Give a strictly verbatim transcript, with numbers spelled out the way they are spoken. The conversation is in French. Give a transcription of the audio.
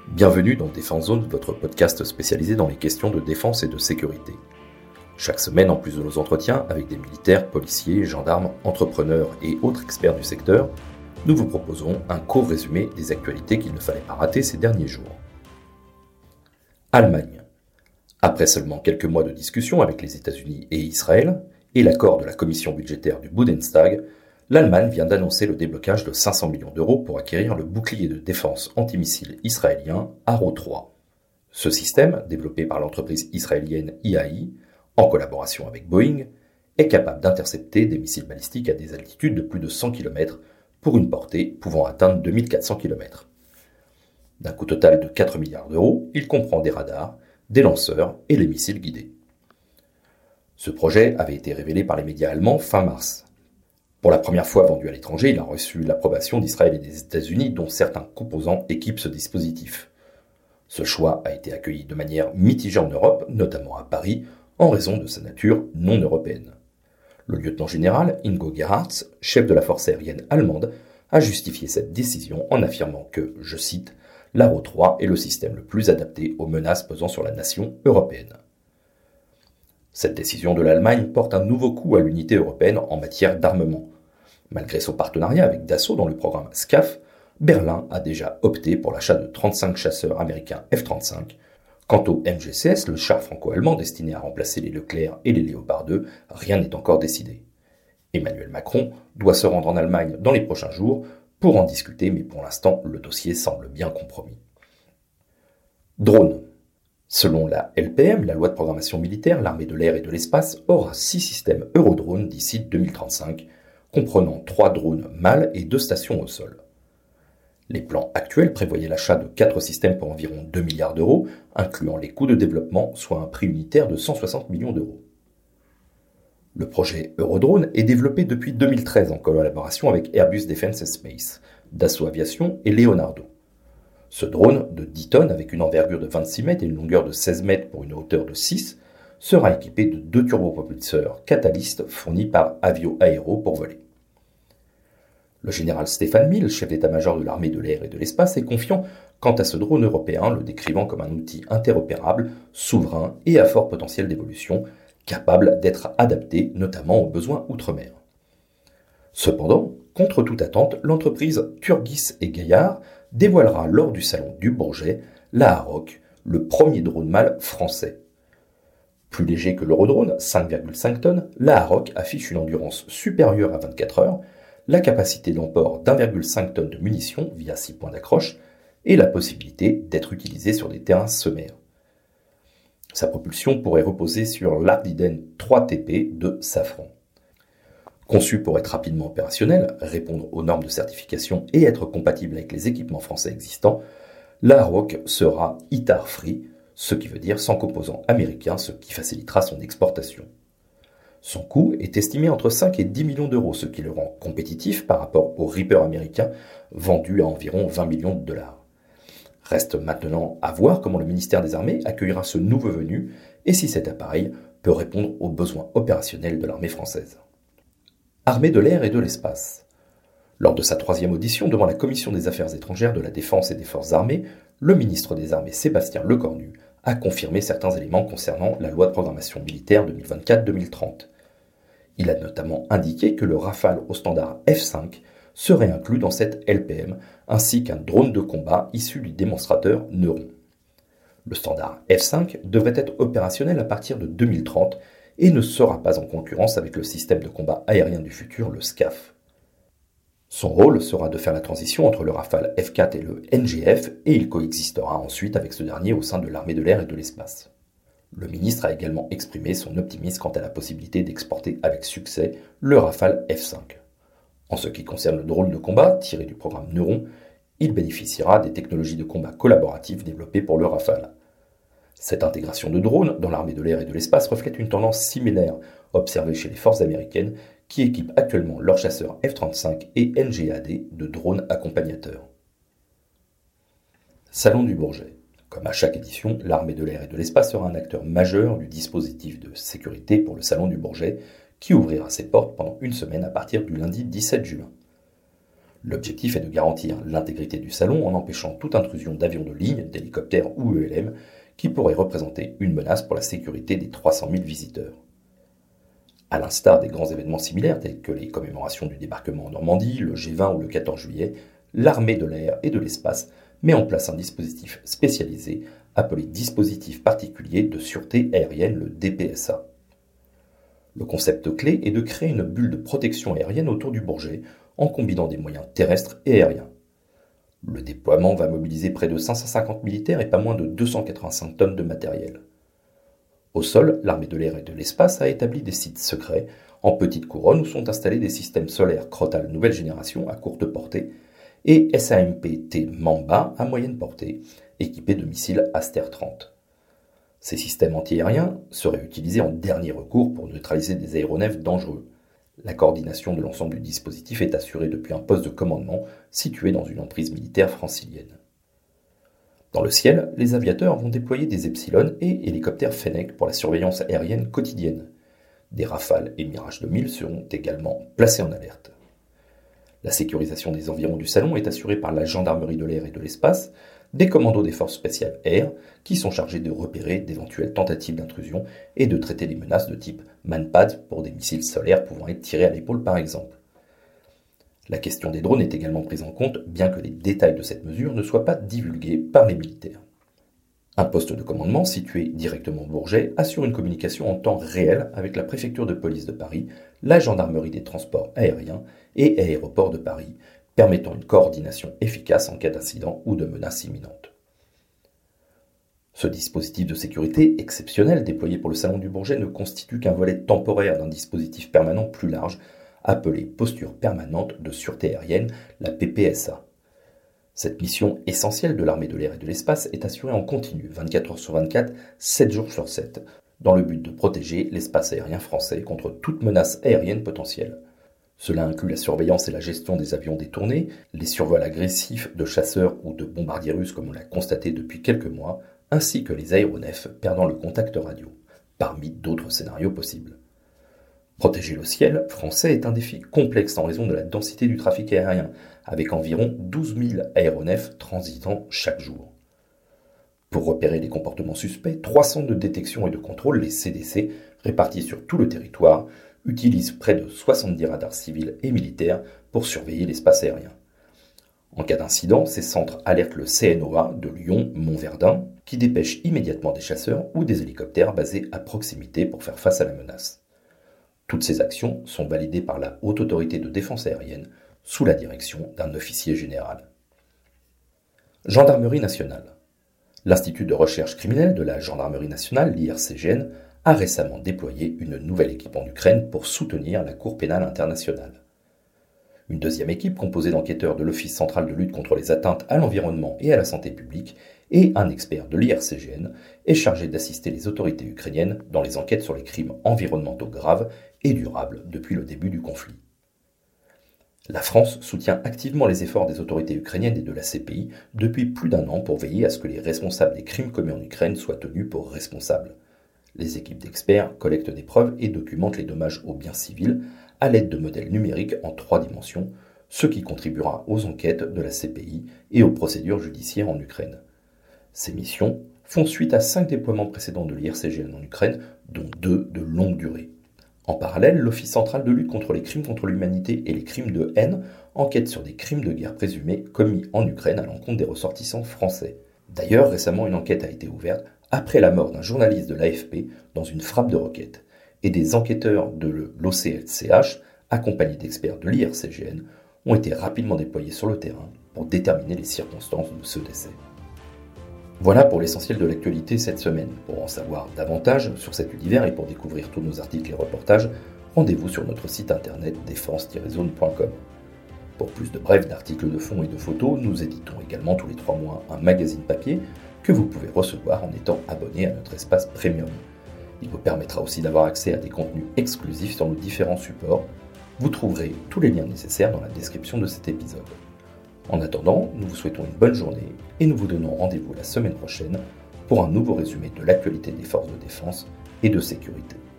Bienvenue dans Défense Zone, votre podcast spécialisé dans les questions de défense et de sécurité. Chaque semaine, en plus de nos entretiens avec des militaires, policiers, gendarmes, entrepreneurs et autres experts du secteur, nous vous proposons un court résumé des actualités qu'il ne fallait pas rater ces derniers jours. Allemagne. Après seulement quelques mois de discussions avec les États-Unis et Israël, et l'accord de la commission budgétaire du Bundestag, l'Allemagne vient d'annoncer le déblocage de cinq cents millions d'euros pour acquérir le bouclier de défense antimissile israélien Arrow trois. Ce système, développé par l'entreprise israélienne I A I, en collaboration avec Boeing, est capable d'intercepter des missiles balistiques à des altitudes de plus de cent kilomètres pour une portée pouvant atteindre deux mille quatre cents kilomètres. D'un coût total de quatre milliards d'euros, il comprend des radars, des lanceurs et les missiles guidés. Ce projet avait été révélé par les médias allemands fin mars. Pour la première fois vendu à l'étranger, il a reçu l'approbation d'Israël et des États-Unis, dont certains composants équipent ce dispositif. Ce choix a été accueilli de manière mitigée en Europe, notamment à Paris, en raison de sa nature non européenne. Le lieutenant-général Ingo Gerhardt, chef de la force aérienne allemande, a justifié cette décision en affirmant que, je cite, « l'Arrow trois est le système le plus adapté aux menaces pesant sur la nation européenne ». Cette décision de l'Allemagne porte un nouveau coup à l'unité européenne en matière d'armement. Malgré son partenariat avec Dassault dans le programme SCAF, Berlin a déjà opté pour l'achat de trente-cinq chasseurs américains F trente-cinq. Quant au M G C S, le char franco-allemand destiné à remplacer les Leclerc et les Léopard deux, rien n'est encore décidé. Emmanuel Macron doit se rendre en Allemagne dans les prochains jours pour en discuter, mais pour l'instant, le dossier semble bien compromis. Drone. Selon la L P M, la loi de programmation militaire, l'armée de l'air et de l'espace aura six systèmes Eurodrone d'ici deux mille trente-cinq, comprenant trois drones mâles et deux stations au sol. Les plans actuels prévoyaient l'achat de quatre systèmes pour environ deux milliards d'euros, incluant les coûts de développement, soit un prix unitaire de cent soixante millions d'euros. Le projet Eurodrone est développé depuis deux mille treize en collaboration avec Airbus Defence and Space, Dassault Aviation et Leonardo. Ce drone, de dix tonnes avec une envergure de vingt-six mètres et une longueur de seize mètres pour une hauteur de six, sera équipé de deux turbopropulseurs Catalyst fournis par Avio Aero pour voler. Le général Stéphane Mille, chef d'état-major de l'armée de l'air et de l'espace, est confiant quant à ce drone européen, le décrivant comme un outil interopérable, souverain et à fort potentiel d'évolution, capable d'être adapté notamment aux besoins outre-mer. Cependant, contre toute attente, l'entreprise Turgis et Gaillard dévoilera lors du salon du Bourget la Aroc, le premier drone mâle français. Plus léger que l'Eurodrone, cinq virgule cinq tonnes, la Aroc affiche une endurance supérieure à vingt-quatre heures, la capacité d'emport d'un virgule cinq tonnes de munitions via six points d'accroche et la possibilité d'être utilisée sur des terrains sommaires. Sa propulsion pourrait reposer sur l'Ardiden trois T P de Safran. Conçu pour être rapidement opérationnel, répondre aux normes de certification et être compatible avec les équipements français existants, la Aroc sera I T A R-free, ce qui veut dire sans composants américains, ce qui facilitera son exportation. Son coût est estimé entre cinq et dix millions d'euros, ce qui le rend compétitif par rapport au Reaper américain vendu à environ vingt millions de dollars. Reste maintenant à voir comment le ministère des Armées accueillera ce nouveau venu et si cet appareil peut répondre aux besoins opérationnels de l'armée française. Armée de l'air et de l'espace. Lors de sa troisième audition devant la Commission des Affaires étrangères de la Défense et des Forces armées, le ministre des Armées Sébastien Lecornu a confirmé certains éléments concernant la loi de programmation militaire deux mille vingt-quatre deux mille trente. Il a notamment indiqué que le Rafale au standard F cinq serait inclus dans cette L P M, ainsi qu'un drone de combat issu du démonstrateur Neuron. Le standard F cinq devrait être opérationnel à partir de deux mille trente et ne sera pas en concurrence avec le système de combat aérien du futur, le SCAF. Son rôle sera de faire la transition entre le Rafale F quatre et le N G F et il coexistera ensuite avec ce dernier au sein de l'armée de l'air et de l'espace. Le ministre a également exprimé son optimisme quant à la possibilité d'exporter avec succès le Rafale F cinq. En ce qui concerne le drone de combat, tiré du programme Neuron, il bénéficiera des technologies de combat collaboratives développées pour le Rafale. Cette intégration de drones dans l'armée de l'air et de l'espace reflète une tendance similaire observée chez les forces américaines qui équipent actuellement leurs chasseurs F trente-cinq et N G A D de drones accompagnateurs. Salon du Bourget. Comme à chaque édition, l'armée de l'air et de l'espace sera un acteur majeur du dispositif de sécurité pour le Salon du Bourget qui ouvrira ses portes pendant une semaine à partir du lundi dix-sept juin. L'objectif est de garantir l'intégrité du salon en empêchant toute intrusion d'avions de ligne, d'hélicoptères ou E L M qui pourraient représenter une menace pour la sécurité des trois cent mille visiteurs. À l'instar des grands événements similaires tels que les commémorations du débarquement en Normandie, le G vingt ou le quatorze juillet, l'armée de l'air et de l'espace met en place un dispositif spécialisé appelé dispositif particulier de sûreté aérienne, le D P S A. Le concept clé est de créer une bulle de protection aérienne autour du Bourget en combinant des moyens terrestres et aériens. Le déploiement va mobiliser près de cinq cent cinquante militaires et pas moins de deux cent quatre-vingt-cinq tonnes de matériel. Au sol, l'armée de l'air et de l'espace a établi des sites secrets en petite couronne où sont installés des systèmes solaires Crotale nouvelle génération à courte portée et S A M P T Mamba à moyenne portée, équipés de missiles Aster trente. Ces systèmes antiaériens seraient utilisés en dernier recours pour neutraliser des aéronefs dangereux. La coordination de l'ensemble du dispositif est assurée depuis un poste de commandement situé dans une emprise militaire francilienne. Dans le ciel, les aviateurs vont déployer des Epsilon et hélicoptères Fennec pour la surveillance aérienne quotidienne. Des Rafales et Mirage deux mille seront également placés en alerte. La sécurisation des environs du salon est assurée par la gendarmerie de l'air et de l'espace, des commandos des forces spéciales air, qui sont chargés de repérer d'éventuelles tentatives d'intrusion et de traiter les menaces de type Manpad pour des missiles solaires pouvant être tirés à l'épaule par exemple. La question des drones est également prise en compte, bien que les détails de cette mesure ne soient pas divulgués par les militaires. Un poste de commandement situé directement au Bourget assure une communication en temps réel avec la préfecture de police de Paris, la gendarmerie des transports aériens et Aéroports de Paris, permettant une coordination efficace en cas d'incident ou de menace imminente. Ce dispositif de sécurité exceptionnel déployé pour le salon du Bourget ne constitue qu'un volet temporaire d'un dispositif permanent plus large, appelé Posture permanente de sûreté aérienne, la P P S A. Cette mission essentielle de l'armée de l'air et de l'espace est assurée en continu, vingt-quatre heures sur vingt-quatre, sept jours sur sept, dans le but de protéger l'espace aérien français contre toute menace aérienne potentielle. Cela inclut la surveillance et la gestion des avions détournés, les survols agressifs de chasseurs ou de bombardiers russes comme on l'a constaté depuis quelques mois, ainsi que les aéronefs perdant le contact radio, parmi d'autres scénarios possibles. Protéger le ciel français est un défi complexe en raison de la densité du trafic aérien, avec environ douze mille aéronefs transitant chaque jour. Pour repérer les comportements suspects, trois centres de détection et de contrôle, les C D C, répartis sur tout le territoire, utilisent près de soixante-dix radars civils et militaires pour surveiller l'espace aérien. En cas d'incident, ces centres alertent le C N O A de Lyon, Montverdun, qui dépêche immédiatement des chasseurs ou des hélicoptères basés à proximité pour faire face à la menace. Toutes ces actions sont validées par la Haute Autorité de Défense Aérienne, sous la direction d'un officier général. Gendarmerie nationale. L'Institut de recherche criminelle de la Gendarmerie nationale, l'I R C G N, a récemment déployé une nouvelle équipe en Ukraine pour soutenir la Cour pénale internationale. Une deuxième équipe composée d'enquêteurs de l'Office central de lutte contre les atteintes à l'environnement et à la santé publique et un expert de l'I R C G N est chargée d'assister les autorités ukrainiennes dans les enquêtes sur les crimes environnementaux graves et durables depuis le début du conflit. La France soutient activement les efforts des autorités ukrainiennes et de la C P I depuis plus d'un an pour veiller à ce que les responsables des crimes commis en Ukraine soient tenus pour responsables. Les équipes d'experts collectent des preuves et documentent les dommages aux biens civils à l'aide de modèles numériques en trois dimensions, ce qui contribuera aux enquêtes de la C P I et aux procédures judiciaires en Ukraine. Ces missions font suite à cinq déploiements précédents de l'I R C G N en Ukraine, dont deux de longue durée. En parallèle, l'Office central de lutte contre les crimes contre l'humanité et les crimes de haine enquête sur des crimes de guerre présumés commis en Ukraine à l'encontre des ressortissants français. D'ailleurs, récemment, une enquête a été ouverte après la mort d'un journaliste de l'A F P dans une frappe de roquette, et des enquêteurs de l'O C L C H, accompagnés d'experts de l'I R C G N, ont été rapidement déployés sur le terrain pour déterminer les circonstances de ce décès. Voilà pour l'essentiel de l'actualité cette semaine. Pour en savoir davantage sur cet univers et pour découvrir tous nos articles et reportages, rendez-vous sur notre site internet défense tiret zone point com. Pour plus de brefs d'articles de fond et de photos, nous éditons également tous les trois mois un magazine papier que vous pouvez recevoir en étant abonné à notre espace premium. Il vous permettra aussi d'avoir accès à des contenus exclusifs sur nos différents supports. Vous trouverez tous les liens nécessaires dans la description de cet épisode. En attendant, nous vous souhaitons une bonne journée et nous vous donnons rendez-vous la semaine prochaine pour un nouveau résumé de l'actualité des forces de défense et de sécurité.